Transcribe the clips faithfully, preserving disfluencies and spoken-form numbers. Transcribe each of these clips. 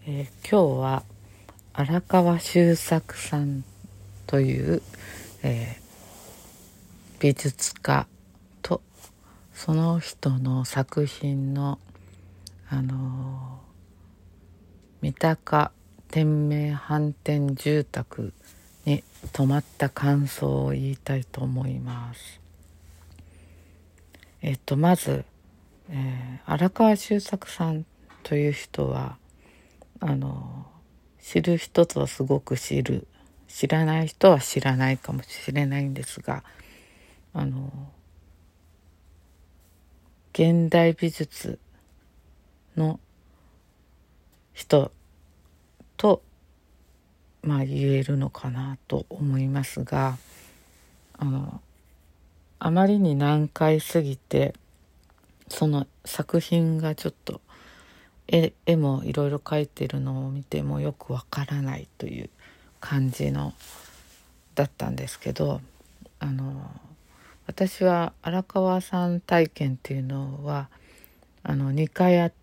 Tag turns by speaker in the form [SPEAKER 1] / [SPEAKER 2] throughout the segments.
[SPEAKER 1] えー今日は荒川修作さんという、えー美術家とその人の作品の、あのー三鷹天明反転住宅に泊まった感想を言いたいと思います。えっとまず、えー荒川修作さんという人はあの知る人とはすごく知る、知らない人は知らないかもしれないんですが、あの現代美術の人と、まあ、言えるのかなと思いますが、あのあまりに難解すぎてその作品がちょっと 絵, 絵もいろいろ描いてるのを見てもよくわからないという感じのだったんですけど、あの私は荒川さん体験っていうのはあのにかいあって、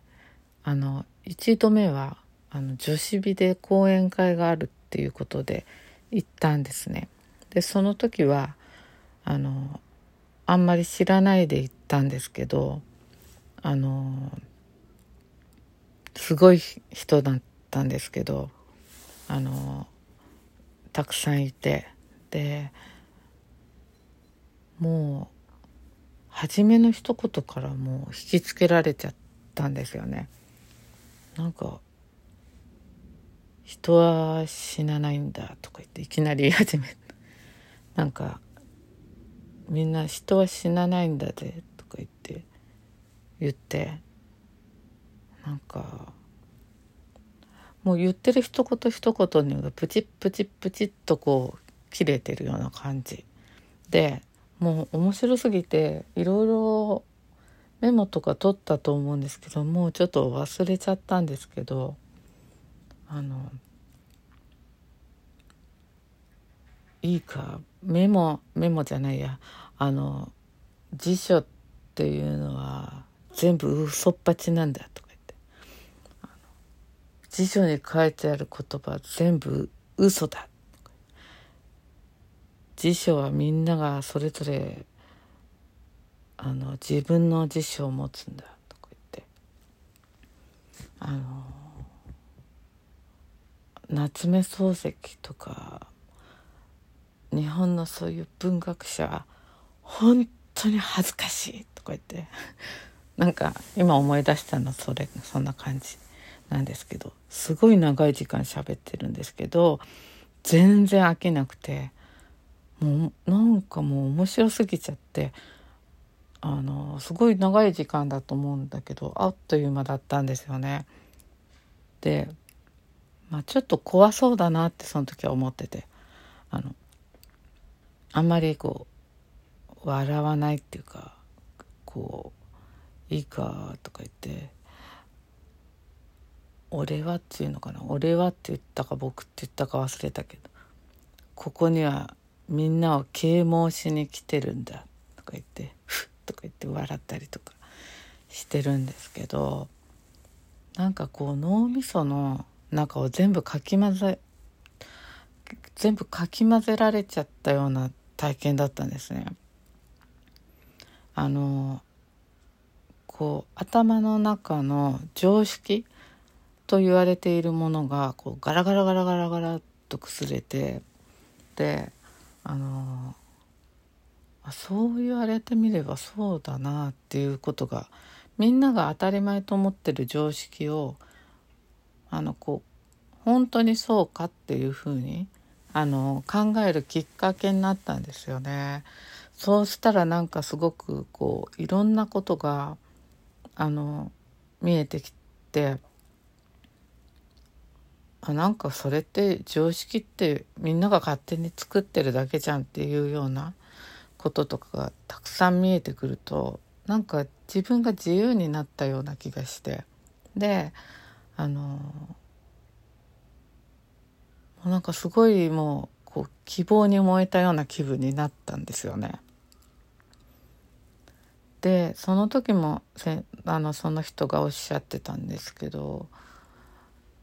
[SPEAKER 1] あのいちどめはあの女子美で講演会があるっていうことで行ったんですね。でその時はあのあんまり知らないで行ったんですけど、あのすごい人だったんですけど、あのたくさんいて、でもう初めの一言からもう引きつけられちゃったんですよね。なんか人は死なないんだとか言っていきなり言い始めた。なんかみんな人は死なないんだぜとか言って言って、なんかもう言ってる一言一言にプチップチップチッとこう切れてるような感じで、もう面白すぎていろいろメモとか取ったと思うんですけど、もうちょっと忘れちゃったんですけど、あのいいかメモメモじゃないやあの辞書っていうのは全部嘘っぱちなんだとか言って、辞書に書いてある言葉全部嘘だ、辞書はみんながそれぞれあの自分の辞書を持つんだとか言って、あの夏目漱石とか日本のそういう文学者は本当に恥ずかしいとか言ってなんか今思い出したのそれそんな感じなんですけど、すごい長い時間喋ってるんですけど全然飽きなくて、もうなんかもう面白すぎちゃって、あのすごい長い時間だと思うんだけどあっという間だったんですよね。で、まあ、ちょっと怖そうだなってその時は思ってて、あのあんまりこう笑わないっていうか、こういいかとか言って俺はっていうのかな、俺はって言ったか僕って言ったか忘れたけど、ここにはみんなを啓蒙しに来てるんだとか言ってフッとか言って笑ったりとかしてるんですけど、なんかこう脳みその中を全部かき混ぜ全部かき混ぜられちゃったような体験だったんですね。あのこう頭の中の常識と言われているものがこうガラガラガラガラガラっと崩れて、であのそう言われてみればそうだなっていうことが、みんなが当たり前と思ってる常識をあのこう本当にそうかっていうふうにあの考えるきっかけになったんですよね。そうしたらなんかすごくこういろんなことがあの見えてきて、あなんかそれって常識ってみんなが勝手に作ってるだけじゃんっていうようなこととかがたくさん見えてくると、なんか自分が自由になったような気がして、であのなんかすごいもうこう希望に燃えたような気分になったんですよね。でその時もせあのその人がおっしゃってたんですけど、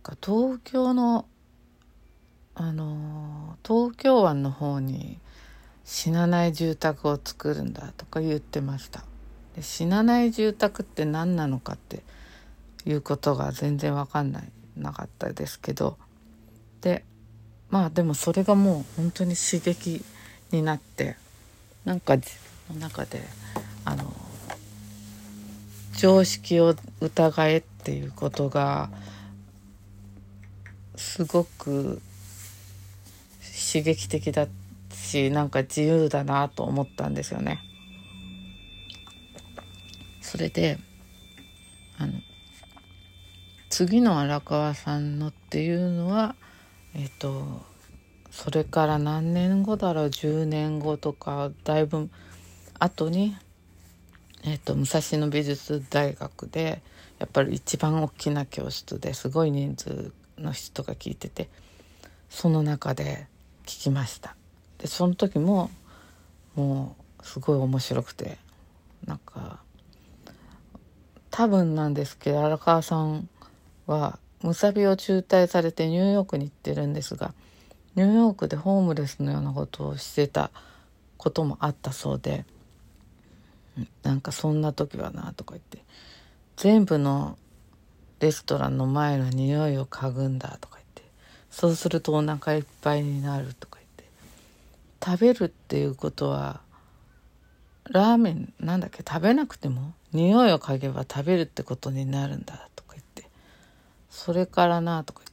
[SPEAKER 1] か東京のあの東京湾の方に死なない住宅を作るんだとか言ってました。で死なない住宅って何なのかっていうことが全然分かんないなかったですけど、でまあでもそれがもう本当に刺激になって、なんか自分の中であの常識を疑えっていうことがすごく刺激的だし、なんか自由だなと思ったんですよね。それであの次の荒川さんのっていうのはえっとそれから何年後だろう、じゅうねんごとかだいぶ後に、えっと武蔵野美術大学でやっぱり一番大きな教室ですごい人数の人が聞いてて、その中で聞きました。でその時ももうすごい面白くて、なんか多分なんですけど荒川さんはムサビを中退されてニューヨークに行ってるんですが、ニューヨークでホームレスのようなことをしてたこともあったそうで、なんかそんな時はなとか言って、全部のレストランの前の匂いを嗅ぐんだとか言って、そうするとお腹いっぱいになるとか言って、食べるっていうことはラーメンなんだっけ、食べなくても匂いを嗅げば食べるってことになるんだとか言って、それからなとか言って、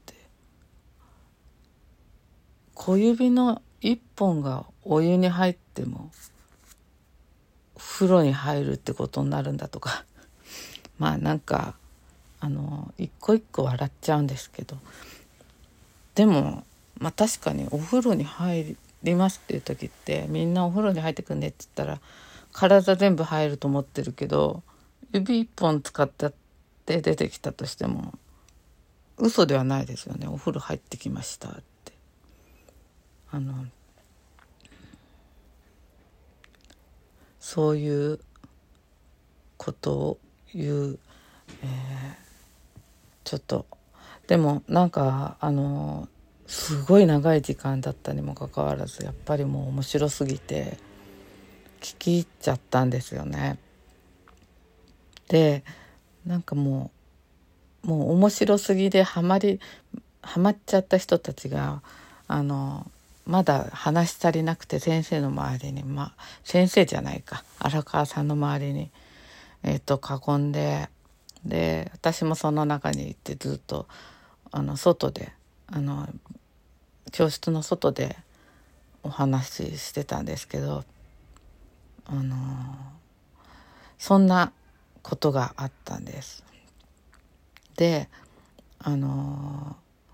[SPEAKER 1] 小指の一本がお湯に入っても風呂に入るってことになるんだとかまあなんかあの一個一個笑っちゃうんですけど、でもまあ確かにお風呂に入りますっていう時って、みんなお風呂に入ってくんねって言ったら体全部入ると思ってるけど、指一本使って出てきたとしても嘘ではないですよね。お風呂入ってきましたって、あのそういうことを言う、えー、ちょっとでもなんかあのすごい長い時間だったにもかかわらず、やっぱりもう面白すぎて聞き入っちゃったんですよね。でなんかもうもう面白すぎでハマりハマっちゃった人たちがあのまだ話し足りなくて、先生の周りに、まあ先生じゃないか荒川さんの周りにえっと囲んで、で私もその中に行ってずっとあの外であの教室の外でお話ししてたんですけど、あのそんなことがあったんです。であの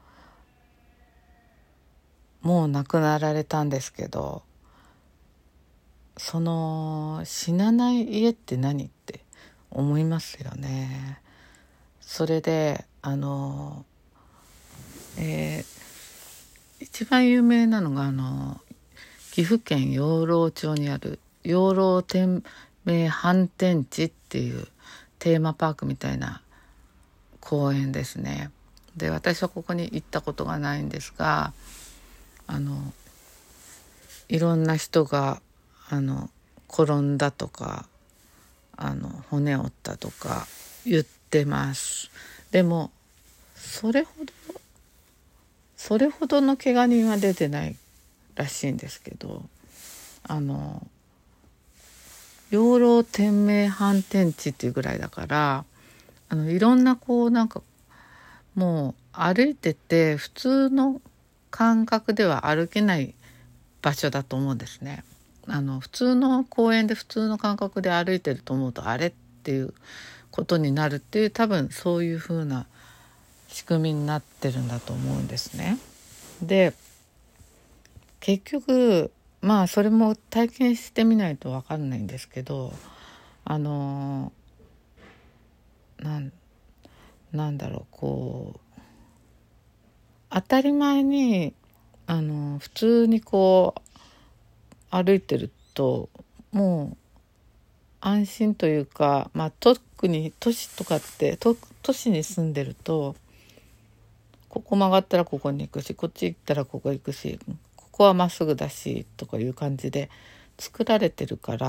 [SPEAKER 1] もう亡くなられたんですけど、その死なない家って何って思いますよね。それであの、えー、一番有名なのがあの岐阜県養老町にある養老天明反転地っていうテーマパークみたいな公園ですね。で私はここに行ったことがないんですが、あのいろんな人があの転んだとかあの骨折ったとか言ってます。でもそれほどそれほどの怪我人は出てないらしいんですけど、あの養老天明反転地っていうぐらいだから、あのいろんなこうなんかもう歩いてて普通の感覚では歩けない場所だと思うんですね。あの普通の公園で普通の感覚で歩いてると思うとあれっていうことになるっていう、多分そういう風な仕組みになってるんだと思うんですね。で結局まあそれも体験してみないと分かんないんですけど、あのなんなんだろうこう当たり前にあの普通にこう歩いてるともう安心というか、まあ、特に都市とかって都市に住んでるとここ曲がったらここに行くし、こっち行ったらここ行くし、ここはまっすぐだしとかいう感じで作られてるから、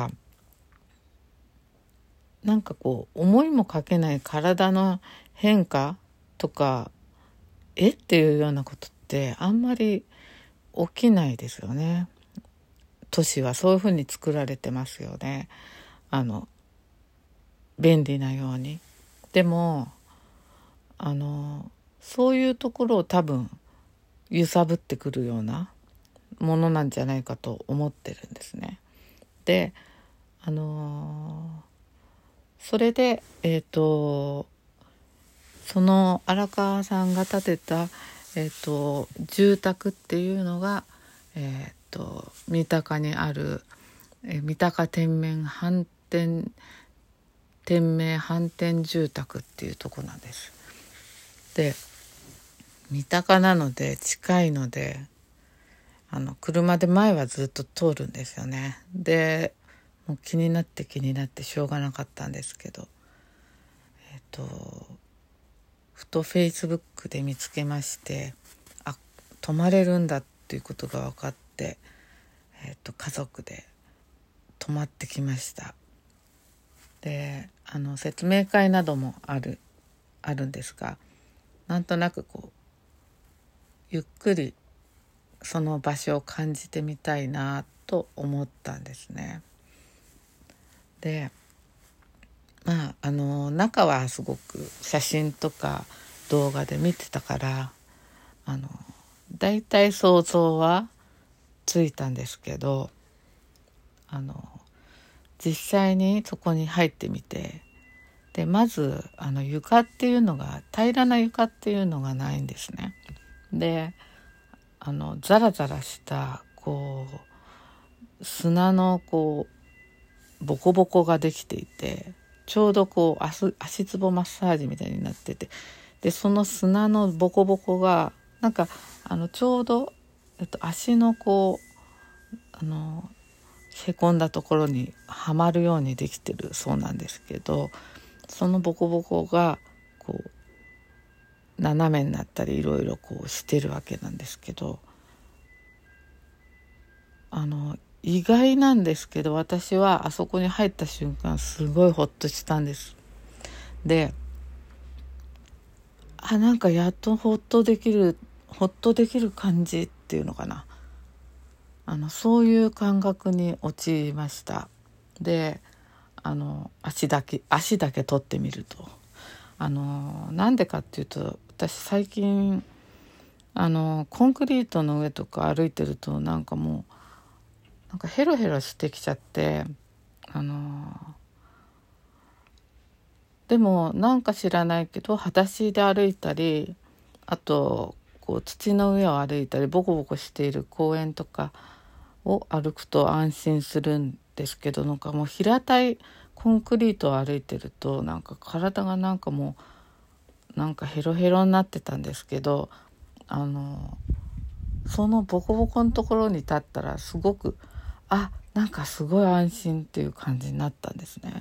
[SPEAKER 1] なんかこう思いもかけない体の変化とかえっていうようなことってあんまり起きないですよね。都市はそういうふうに作られてますよね。あの便利なように。でもあのそういうところを多分揺さぶってくるようなものなんじゃないかと思ってるんですね。で、あのー、それでえっとその荒川さんが建てた、えー、と住宅っていうのが、えー、と三鷹にある、えー、三鷹天命反転天命反転住宅っていうとこなんです。で、三鷹なので近いので、あの車で前はずっと通るんですよね。で、もう気になって気になってしょうがなかったんですけど、えっ、とふとフェイスブックで見つけまして、あ、泊まれるんだっていうことが分かって、えー、と家族で泊まってきました。で、あの説明会などもあるあるんですが、なんとなくこうゆっくりその場所を感じてみたいなと思ったんですね。で、まあ、あの中はすごく写真とか動画で見てたから、あのだいたい想像はついたんですけど、あの実際にそこに入ってみて、でまずあの床っていうのが平らな床っていうのがないんですね。で、あのザラザラしたこう砂のこうボコボコができていて、ちょうどこう 足, 足つぼマッサージみたいになってて、でその砂のボコボコがなんかあのちょうど、えっと、足のこうあのへこんだところにはまるようにできてるそうなんですけど、そのボコボコがこう斜めになったりいろいろこうしてるわけなんですけど、あの意外なんですけど、私はあそこに入った瞬間すごいホッとしたんです。で、あ、なんかやっとホッとできるホッとできる感じっていうのかな、あのそういう感覚に陥りました。で、あの足だけ足だけ取ってみると、あのなんでかっていうと、私最近あのコンクリートの上とか歩いてるとなんかもうなんかヘロヘロしてきちゃって、あのでもなんか知らないけど裸足で歩いたり、あとこう土の上を歩いたりボコボコしている公園とかを歩くと安心するんですけど、なんかもう平たいコンクリートを歩いてるとなんか体がなんかもうなんかヘロヘロになってたんですけど、あのそのボコボコのところに立ったらすごくあなんかすごい安心っていう感じになったんですね。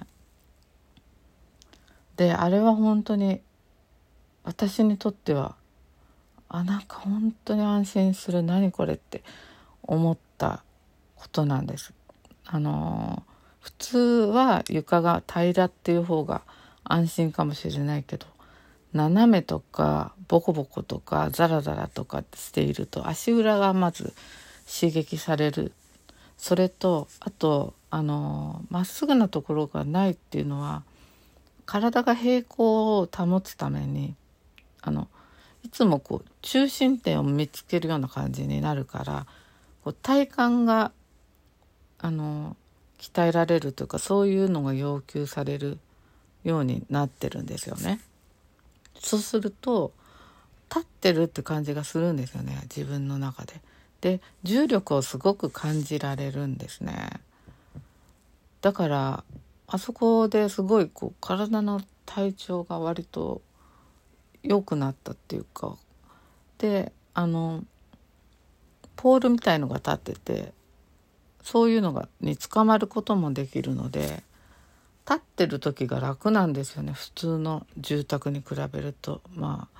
[SPEAKER 1] で、あれは本当に私にとってはあなんか本当に安心する、何これって思ったことなんです。あの普通は床が平らっていう方が安心かもしれないけど、斜めとかボコボコとかザラザラとかしていると足裏がまず刺激される。それとあとあのまっすぐなところがないっていうのは、体が平行を保つためにあのいつもこう中心点を見つけるような感じになるから、こう体幹があの鍛えられるというか、そういうのが要求されるようになってるんですよね。そうすると立ってるって感じがするんですよね、自分の中で。で、重力をすごく感じられるんですね。だからあそこですごいこう体の体調が割と良くなったっていうか、であのポールみたいのが立ってて、そういうのがに捕まることもできるので、立ってる時が楽なんですよね、普通の住宅に比べると。まあ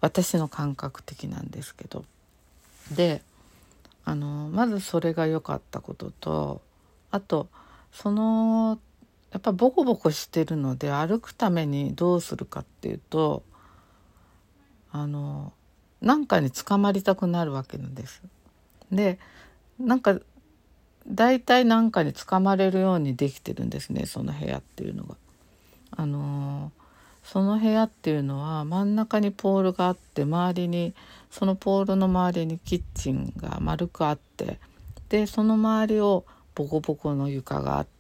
[SPEAKER 1] 私の感覚的なんですけど、であのまずそれが良かったことと、あとそのやっぱボコボコしてるので歩くためにどうするかっていうと、あのなんかに捕まりたくなるわけなんです。でなんか大体なんかに捕まれるようにできてるんですね、その部屋っていうのが。あのその部屋っていうのは真ん中にポールがあって、周りにそのポールの周りにキッチンが丸くあって、でその周りをボコボコの床があって、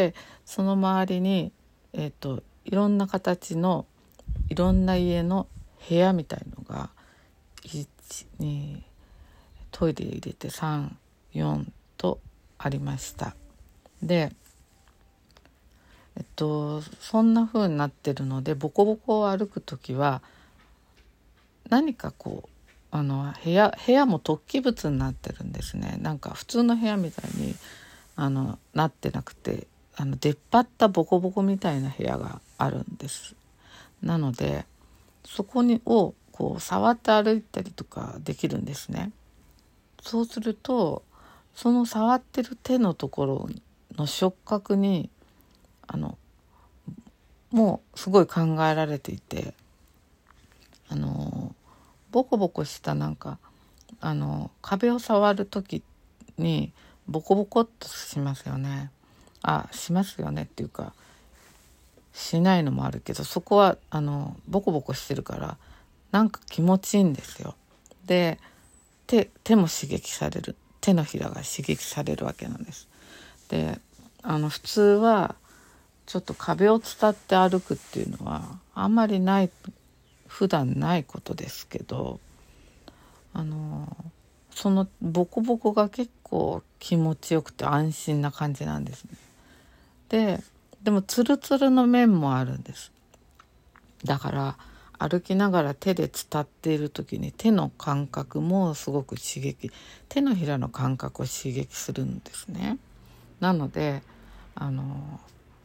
[SPEAKER 1] その周りに、えーと、いろんな形のいろんな家の部屋みたいのがいちにトイレ入れてさんよんとありました。でえっとそんな風になってるので、ボコボコを歩くときは何かこうあの部屋部屋も突起物になってるんですね。なんか普通の部屋みたいにあのなってなくて、あの出っ張ったボコボコみたいな部屋があるんです。なのでそこにをこう触って歩いたりとかできるんですね。そうするとその触ってる手のところの触覚にあのもうすごい考えられていて、あのボコボコしたなんかあの壁を触る時にボコボコっとしますよね。あしますよねっていうかしないのもあるけど、そこはあのボコボコしてるからなんか気持ちいいんですよ。で 手, 手も刺激される、手のひらが刺激されるわけなんです。であの普通はちょっと壁を伝って歩くっていうのはあんまりない、普段ないことですけど、あのそのボコボコが結構気持ちよくて安心な感じなんですね。ででもツルツルの面もあるんです。だから歩きながら手で伝っている時に手の感覚もすごく刺激、手のひらの感覚を刺激するんですね。なのであの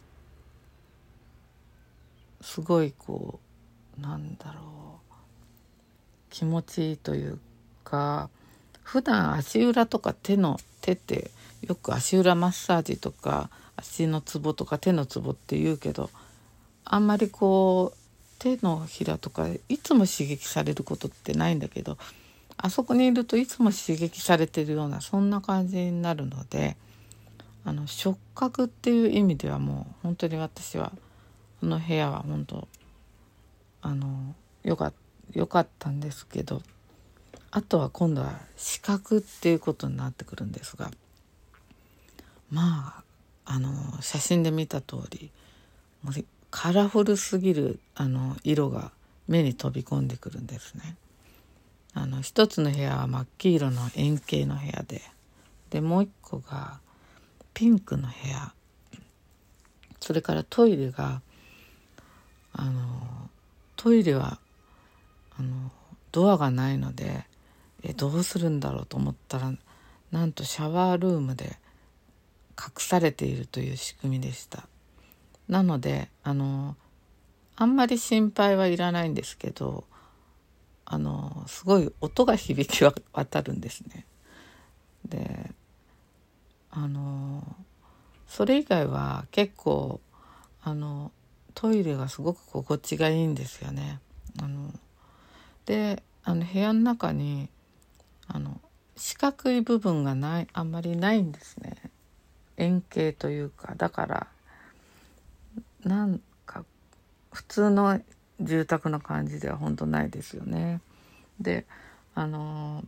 [SPEAKER 1] すごいこうなんだろう気持ちいいというか、普段足裏とか手の手ってよく足裏マッサージとか足のツボとか手のツボって言うけど、あんまりこう手のひらとかいつも刺激されることってないんだけど、あそこにいるといつも刺激されてるようなそんな感じになるので、あの触覚っていう意味ではもう本当に私はこの部屋は本当あのよか、よかったんですけど、あとは今度は視覚っていうことになってくるんですが、まああの写真で見た通りもうカラフルすぎるあの色が目に飛び込んでくるんですね。あの一つの部屋は真っ黄色の円形の部屋で、でもう一個がピンクの部屋、それからトイレがあのトイレはあのドアがないのでえどうするんだろうと思ったら、なんとシャワールームで隠されているという仕組みでした。なのであのあんまり心配はいらないんですけど、あのすごい音が響き渡るんですね。であのそれ以外は結構あのトイレがすごく心地がいいんですよね。あのであの部屋の中にあの四角い部分がない、あんまりないんですね。円形というか、だからなんか普通の住宅の感じでは本当ないですよね。であの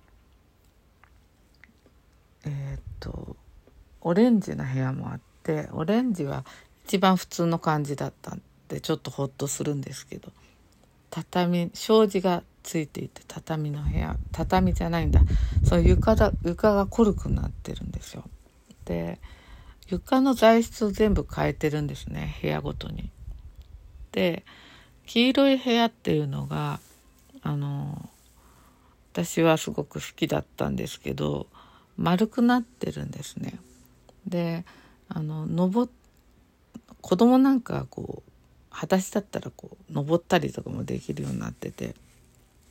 [SPEAKER 1] えー、っとオレンジの部屋もあって、オレンジは一番普通の感じだったんでちょっとホッとするんですけど、畳障子がついていて畳の部屋、畳じゃないんだ、そう床だ、床がコルクになってるんですよ。で床の材質を全部変えてるんですね、部屋ごとに。で黄色い部屋っていうのがあの私はすごく好きだったんですけど、丸くなってるんですね。であの登子供なんかこう裸足だったらこう登ったりとかもできるようになってて、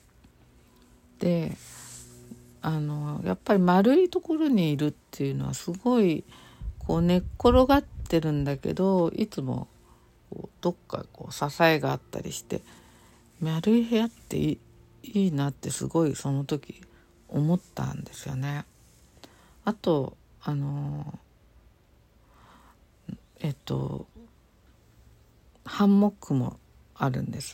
[SPEAKER 1] であのやっぱり丸いところにいるっていうのはすごいこう寝っ転がってるんだけど、いつもこうどっかこう支えがあったりして、丸い部屋っていい、いいなってすごいその時思ったんですよね。あとあのえっとハンモックもあるんです。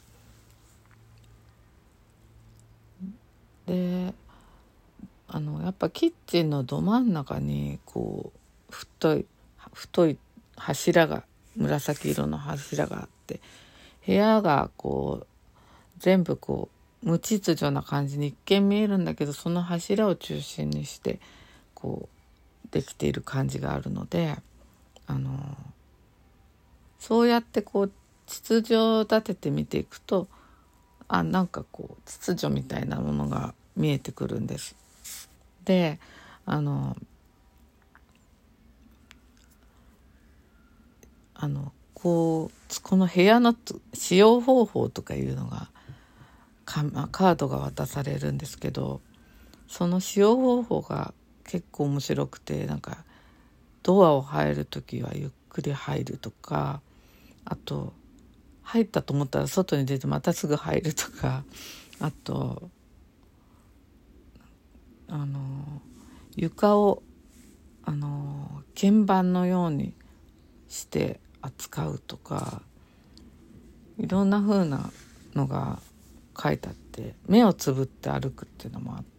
[SPEAKER 1] であのやっぱキッチンのど真ん中にこう太い太い柱が紫色の柱があって、部屋がこう全部こう無秩序な感じに一見見えるんだけど、その柱を中心にしてこうできている感じがあるので、あのそうやってこう秩序を立てて見ていくと、あなんかこう秩序みたいなものが見えてくるんです。であのあのこうこの部屋の使用方法とかいうのがカードが渡されるんですけど、その使用方法が結構面白くて、なんかドアを入るときはゆっくり入るとか、あと入ったと思ったら外に出てまたすぐ入るとか、あとあの床をあの鍵盤のようにして扱うとか、いろんな風なのが書いてあって、目をつぶって歩くっていうのもあって、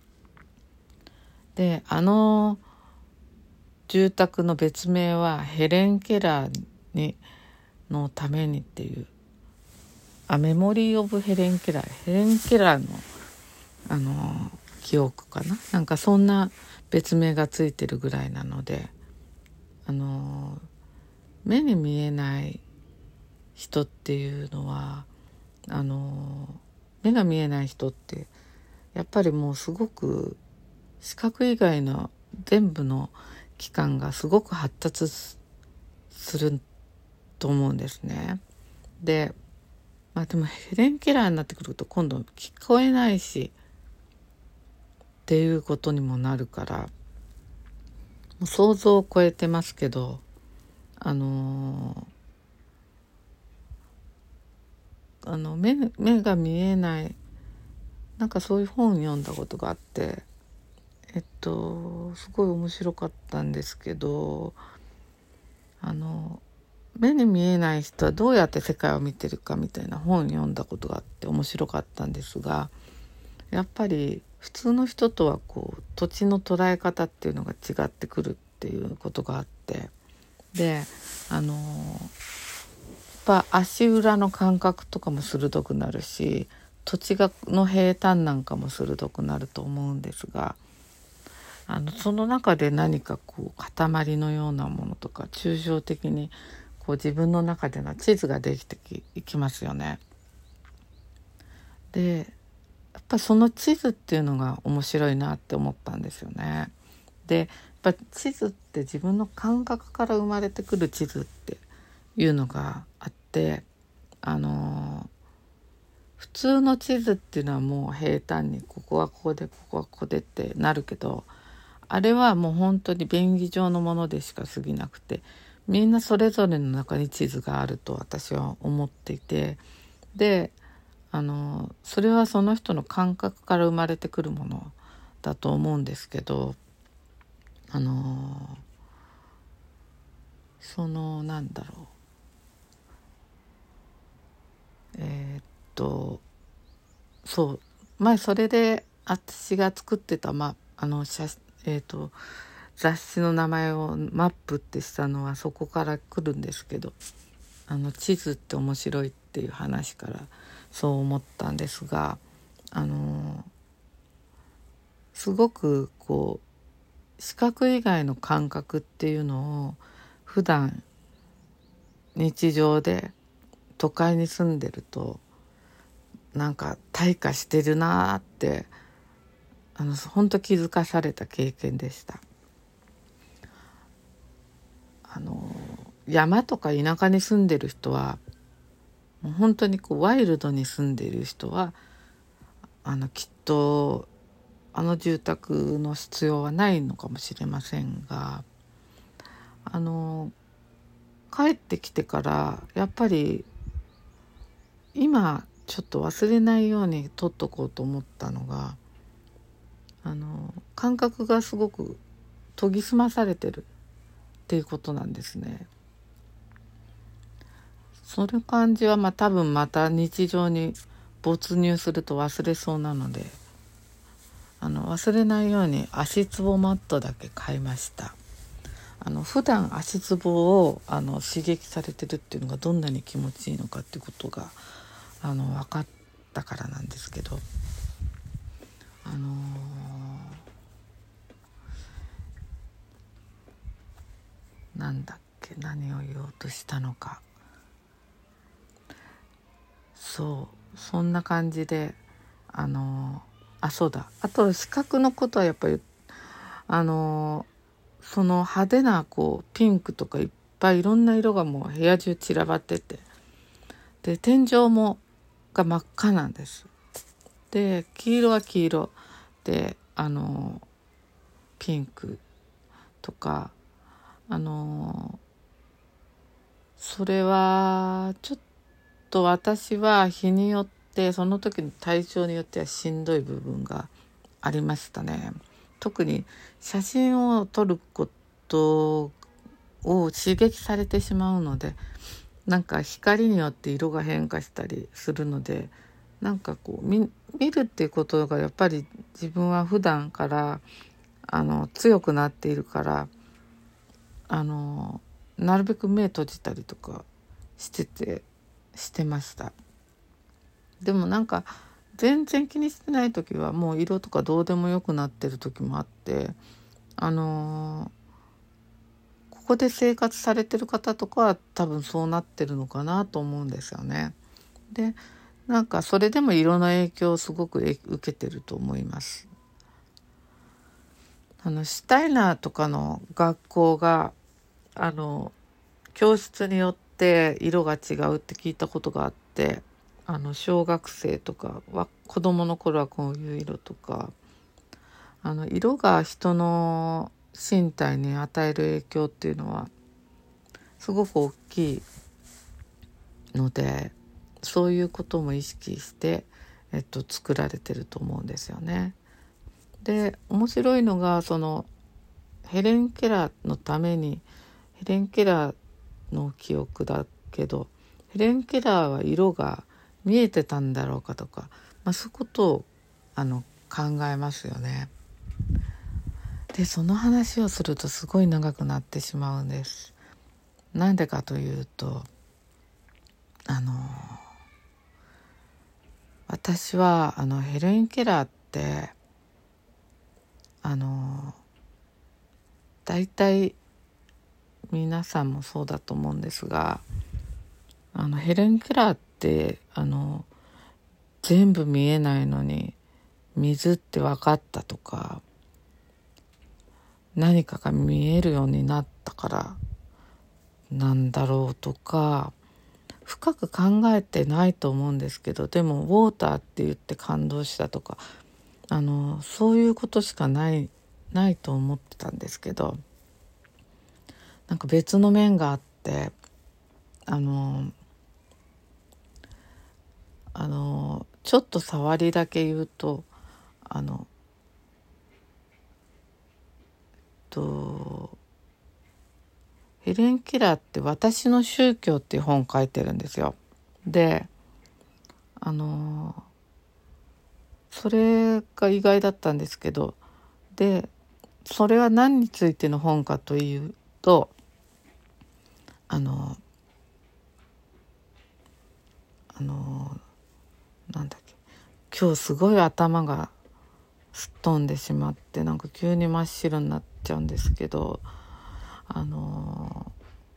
[SPEAKER 1] であの住宅の別名はヘレン・ケラーにのためにっていう、あメモリー・オブ・ヘレン・ケラーヘレン・ケラーのあの記憶かな、なんかそんな別名がついてるぐらいなので、あの目に見えない人っていうのはあの目が見えない人ってやっぱりもうすごく視覚以外の全部の器官がすごく発達すると思うんですね。で、まあでもヘレン・ケラーになってくると今度聞こえないしっていうことにもなるから、もう想像を超えてますけど、あのあの 目, 目が見えない、なんかそういう本を読んだことがあって、えっとすごい面白かったんですけど、あの目に見えない人はどうやって世界を見てるかみたいな本を読んだことがあって面白かったんですが、やっぱり普通の人とはこう土地の捉え方っていうのが違ってくるっていうことがあって、であのやっぱ足裏の感覚とかも鋭くなるし、土地がの平坦なんかも鋭くなると思うんですが、あのその中で何かこう塊のようなものとか抽象的にこう自分の中での地図ができていきますよね。でやっぱその地図っていうのが面白いなって思ったんですよね。でやっぱ地図って自分の感覚から生まれてくる地図っていうのがあって、あのー、普通の地図っていうのはもう平坦にここはここでここはここでってなるけど、あれはもう本当に便宜上のものでしか過ぎなくて、みんなそれぞれの中に地図があると私は思っていて、であのそれはその人の感覚から生まれてくるものだと思うんですけど、あのそのなんだろうえー、っとそう前それで私が作ってた、ま、あの写、えー、っと雑誌の名前をマップってしたのはそこから来るんですけど、あの地図って面白いっていう話からそう思ったんですが、あのすごくこう視覚以外の感覚っていうのを普段日常で都会に住んでるとなんか退化してるなってあの本当気づかされた経験でした。あの山とか田舎に住んでる人はもう本当にこうワイルドに住んでいる人はあのきっとあの住宅の必要はないのかもしれませんが、あの帰ってきてからやっぱり今ちょっと忘れないように取っとこうと思ったのが、あの感覚がすごく研ぎ澄まされてるっていうことなんですね。その感じはまあ多分また日常に没入すると忘れそうなので、あの忘れないように足つぼマットだけ買いました。あの普段足つぼをあの刺激されてるっていうのがどんなに気持ちいいのかっていうことがあの分かったからなんですけど、あのー、なんだっけ何を言おうとしたのか、そうそんな感じで、あのー、あそうだあと視覚のことはやっぱりあのー、その派手なこうピンクとかいっぱいいろんな色がもう部屋中散らばってて、で天井もが真っ赤なんです。で黄色は黄色で、あのピンクとか、あのそれはちょっと私は日によってその時の体調によってはしんどい部分がありましたね。特に写真を撮ることを刺激されてしまうので、なんか光によって色が変化したりするので、なんかこう 見, 見るっていうことがやっぱり自分は普段からあの強くなっているから、あのなるべく目閉じたりとかしててしてました。でもなんか全然気にしてない時はもう色とかどうでもよくなってる時もあって、あのここで生活されてる方とかは多分そうなってるのかなと思うんですよね。でなんかそれでも色の影響をすごく受けてると思います。あのシュタイナーとかの学校があの教室によって色が違うって聞いたことがあって、あの小学生とかは子供の頃はこういう色とか、あの色が人の身体に与える影響っていうのはすごく大きいので、そういうことも意識して、えっと、作られてると思うんですよね。で面白いのがそのヘレン・ケラーのために、ヘレン・ケラーの記憶だけどヘレン・ケラーは色が見えてたんだろうかとか、まあ、そういうことをあの考えますよね。でその話をするとすごい長くなってしまうんです。なんでかというと、あの私はあのヘレン・ケラーってあの大体皆さんもそうだと思うんですが、あのヘレン・ケラーってあの全部見えないのに水って分かったとか、何かが見えるようになったからなんだろうとか、深く考えてないと思うんですけど、でもウォーターって言って感動したとか、あのそういうことしかないないと思ってたんですけど、なんか別の面があって、あのあのちょっと触りだけ言うと、あのとヘレン・ケラーって私の宗教っていう本を書いてるんですよ。であのそれが意外だったんですけど、でそれは何についての本かというと、あのあのなんだっけ今日すごい頭がすっ飛んでしまって、なんか急に真っ白になっちゃうんですけど、あの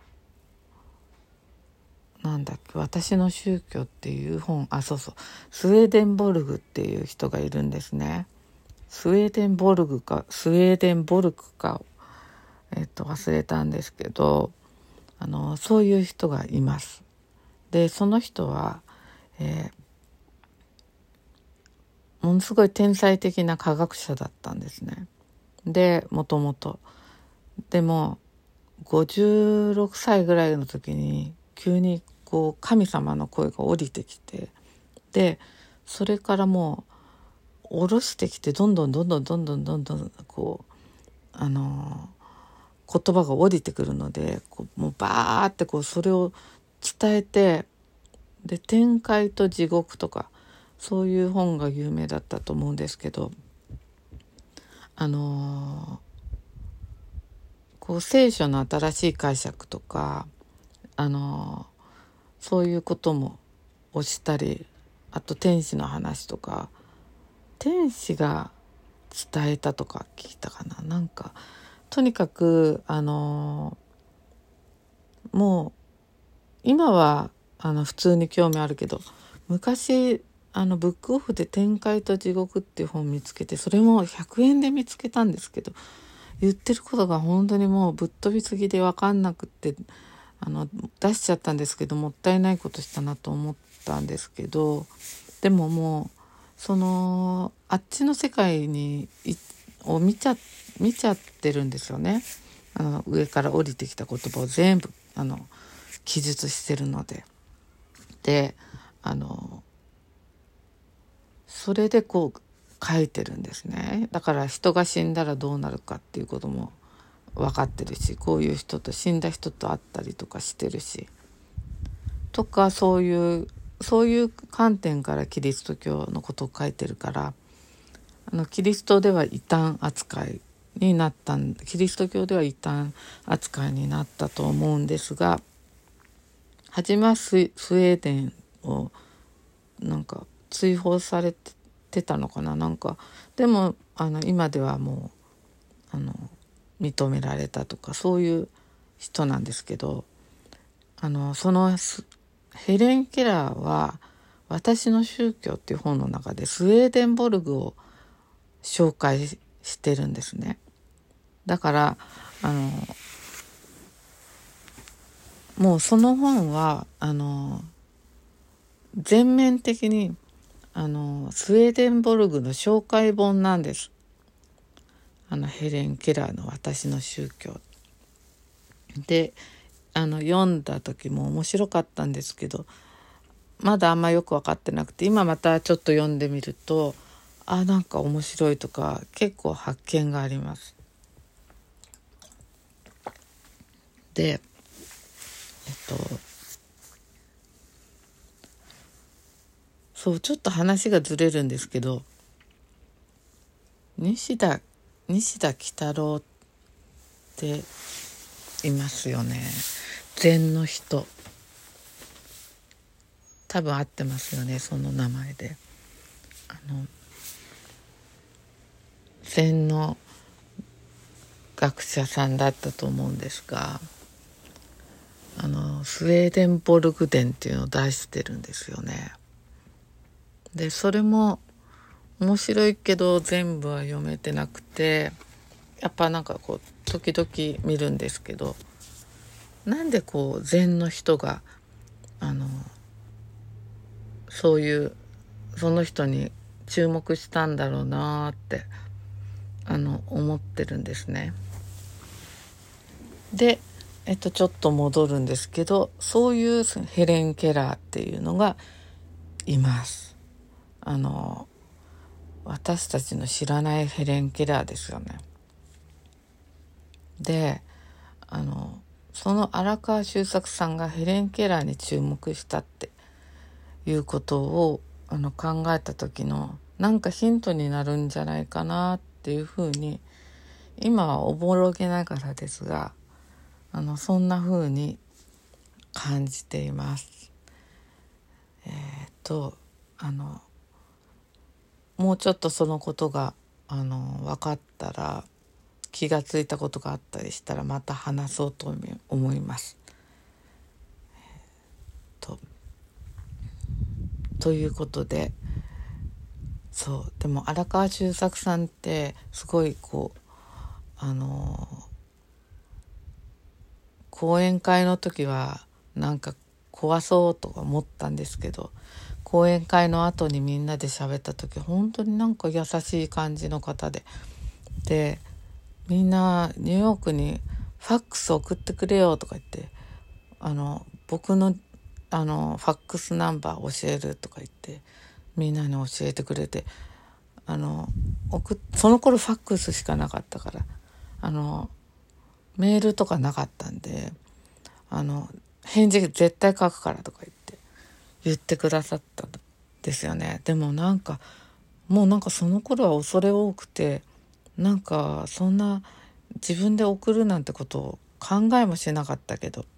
[SPEAKER 1] なんだっけ私の宗教っていう本、あそうそうスウェーデンボルグっていう人がいるんですね。スウェーデンボルグかスウェーデンボルクか、えっと忘れたんですけど、あのそういう人がいます。でその人は、えー、 ものすごい天才的な科学者だったんですね。でもともとでもごじゅうろくさいぐらいの時に急にこう神様の声が降りてきて、でそれからもう下ろしてきてどんどんどんどんどんどんどんどんこうあの言葉が降りてくるので、こうもうバーってこうそれを伝えて、で天界と地獄とかそういう本が有名だったと思うんですけど、あのこう聖書の新しい解釈とか、あのそういうこともをしたり、あと天使の話とか、天使が伝えたとか聞いたかな、なんかとにかくあのもう今はあの普通に興味あるけど、昔あのブックオフで天界と地獄っていう本見つけて、それもひゃくえんで見つけたんですけど、言ってることが本当にもうぶっ飛びすぎで分かんなくってあの出しちゃったんですけど、もったいないことしたなと思ったんですけど、でももうそのあっちの世界にを見ちゃ見ちゃってるんですよね。あの上から降りてきた言葉を全部あの記述してるので、であのそれでこう書いてるんですね。だから人が死んだらどうなるかっていうことも分かってるし、こういう人と死んだ人と会ったりとかしてるしとか、そういうそういう観点からキリスト教のことを書いてるから、あのキリストでは異端扱いになったキリスト教では異端扱いになったと思うんですが、初めはスウェーデンをなんか追放されてたのかな、なんかでもあの今ではもうあの認められたとか、そういう人なんですけど、あのそのヘレン・ケラーは私の宗教っていう本の中でスウェーデンボルグを紹介してるんですね。だからあのもうその本はあの全面的にあのスウェーデンボルグの紹介本なんです。あのヘレン・ケラーの私の宗教で、あの読んだ時も面白かったんですけど、まだあんまよく分かってなくて、今またちょっと読んでみると、あなんか面白いとか結構発見があります。でえっとそうちょっと話がずれるんですけど、西田西田喜太郎っていますよね。禅の人、多分合ってますよね、その名前で。あの禅の学者さんだったと思うんですが、あのスウェーデンボルグ伝っていうのを出してるんですよね。でそれも面白いけど全部は読めてなくて、やっぱなんかこう時々見るんですけど、なんでこう禅の人があのそういうその人に注目したんだろうなってあの思ってるんですね。で、えっと、ちょっと戻るんですけど、そういうヘレン・ケラーっていうのがいます。あの私たちの知らないヘレン・ケラーですよね。であのその荒川修作さんがヘレン・ケラーに注目したっていうことをあの考えた時のなんかヒントになるんじゃないかなっていうふうに、今はおぼろげながらですがあのそんなふうに感じています。えー、っとあのもうちょっとそのことがあの分かったら、気がついたことがあったりしたらまた話そうと思います。えー、とということで、そうでも荒川修作さんってすごいこうあの講演会の時はなんか怖そうとか思ったんですけど、 講演会の後にみんなで喋った時、本当になんか優しい感じの方で、でみんなニューヨークにファックス送ってくれよとか言って、あの僕のあのファックスナンバー教えるとか言ってみんなに教えてくれて、あの送その頃ファックスしかなかったから、あのメールとかなかったんで、あの返事絶対書くからとか言って言ってくださったんですよね。でもなんかもうなんかその頃は恐れ多くて、なんかそんな自分で送るなんてことを考えもしなかったけど、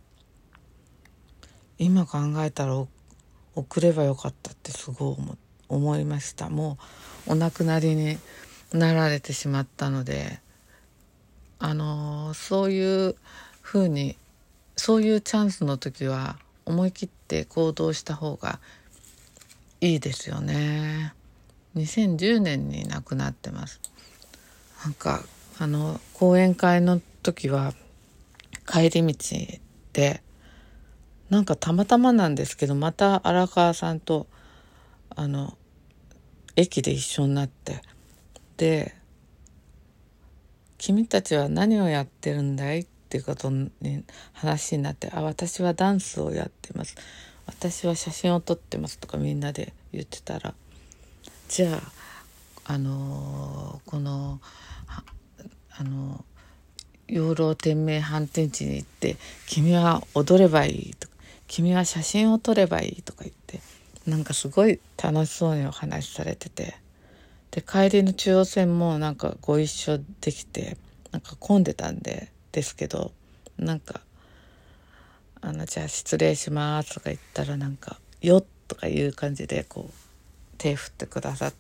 [SPEAKER 1] 今考えたら送ればよかったってすごい 思, 思いました。もうお亡くなりになられてしまったので、あのー、そういうふうにそういうチャンスの時は思い切って行動した方がいいですよね。にせんじゅうねんに亡くなってます。なんかあの講演会の時は帰り道で、なんかたまたまなんですけど、また荒川さんとあの駅で一緒になって、で君たちは何をやってるんだいっていうことに話になって、あ、私はダンスをやってます、私は写真を撮ってますとかみんなで言ってたら、じゃああのー、このあの養老天命反転地に行って君は踊ればいいとか、君は写真を撮ればいいとか言って、なんかすごい楽しそうにお話しされてて、で帰りの中央線もなんかご一緒できて、なんか混んでたんでですけど、なんかあのじゃあ失礼しますとか言ったら、なんかよっとかいう感じでこう手振ってくださって、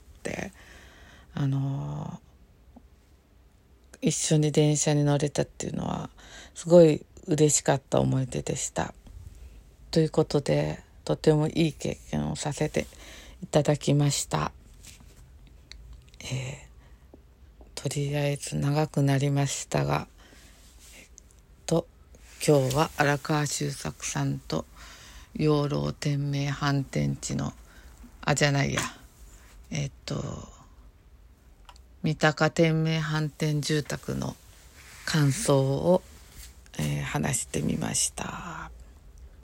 [SPEAKER 1] あのー、一緒に電車に乗れたっていうのはすごい嬉しかった思い出でした。ということで、とてもいい経験をさせていただきました。えー、とりあえず長くなりましたが、えっと今日は荒川修作さんと養老天命反転地のあじゃないやえっと三鷹天命反転住宅の感想を、えー、話してみました。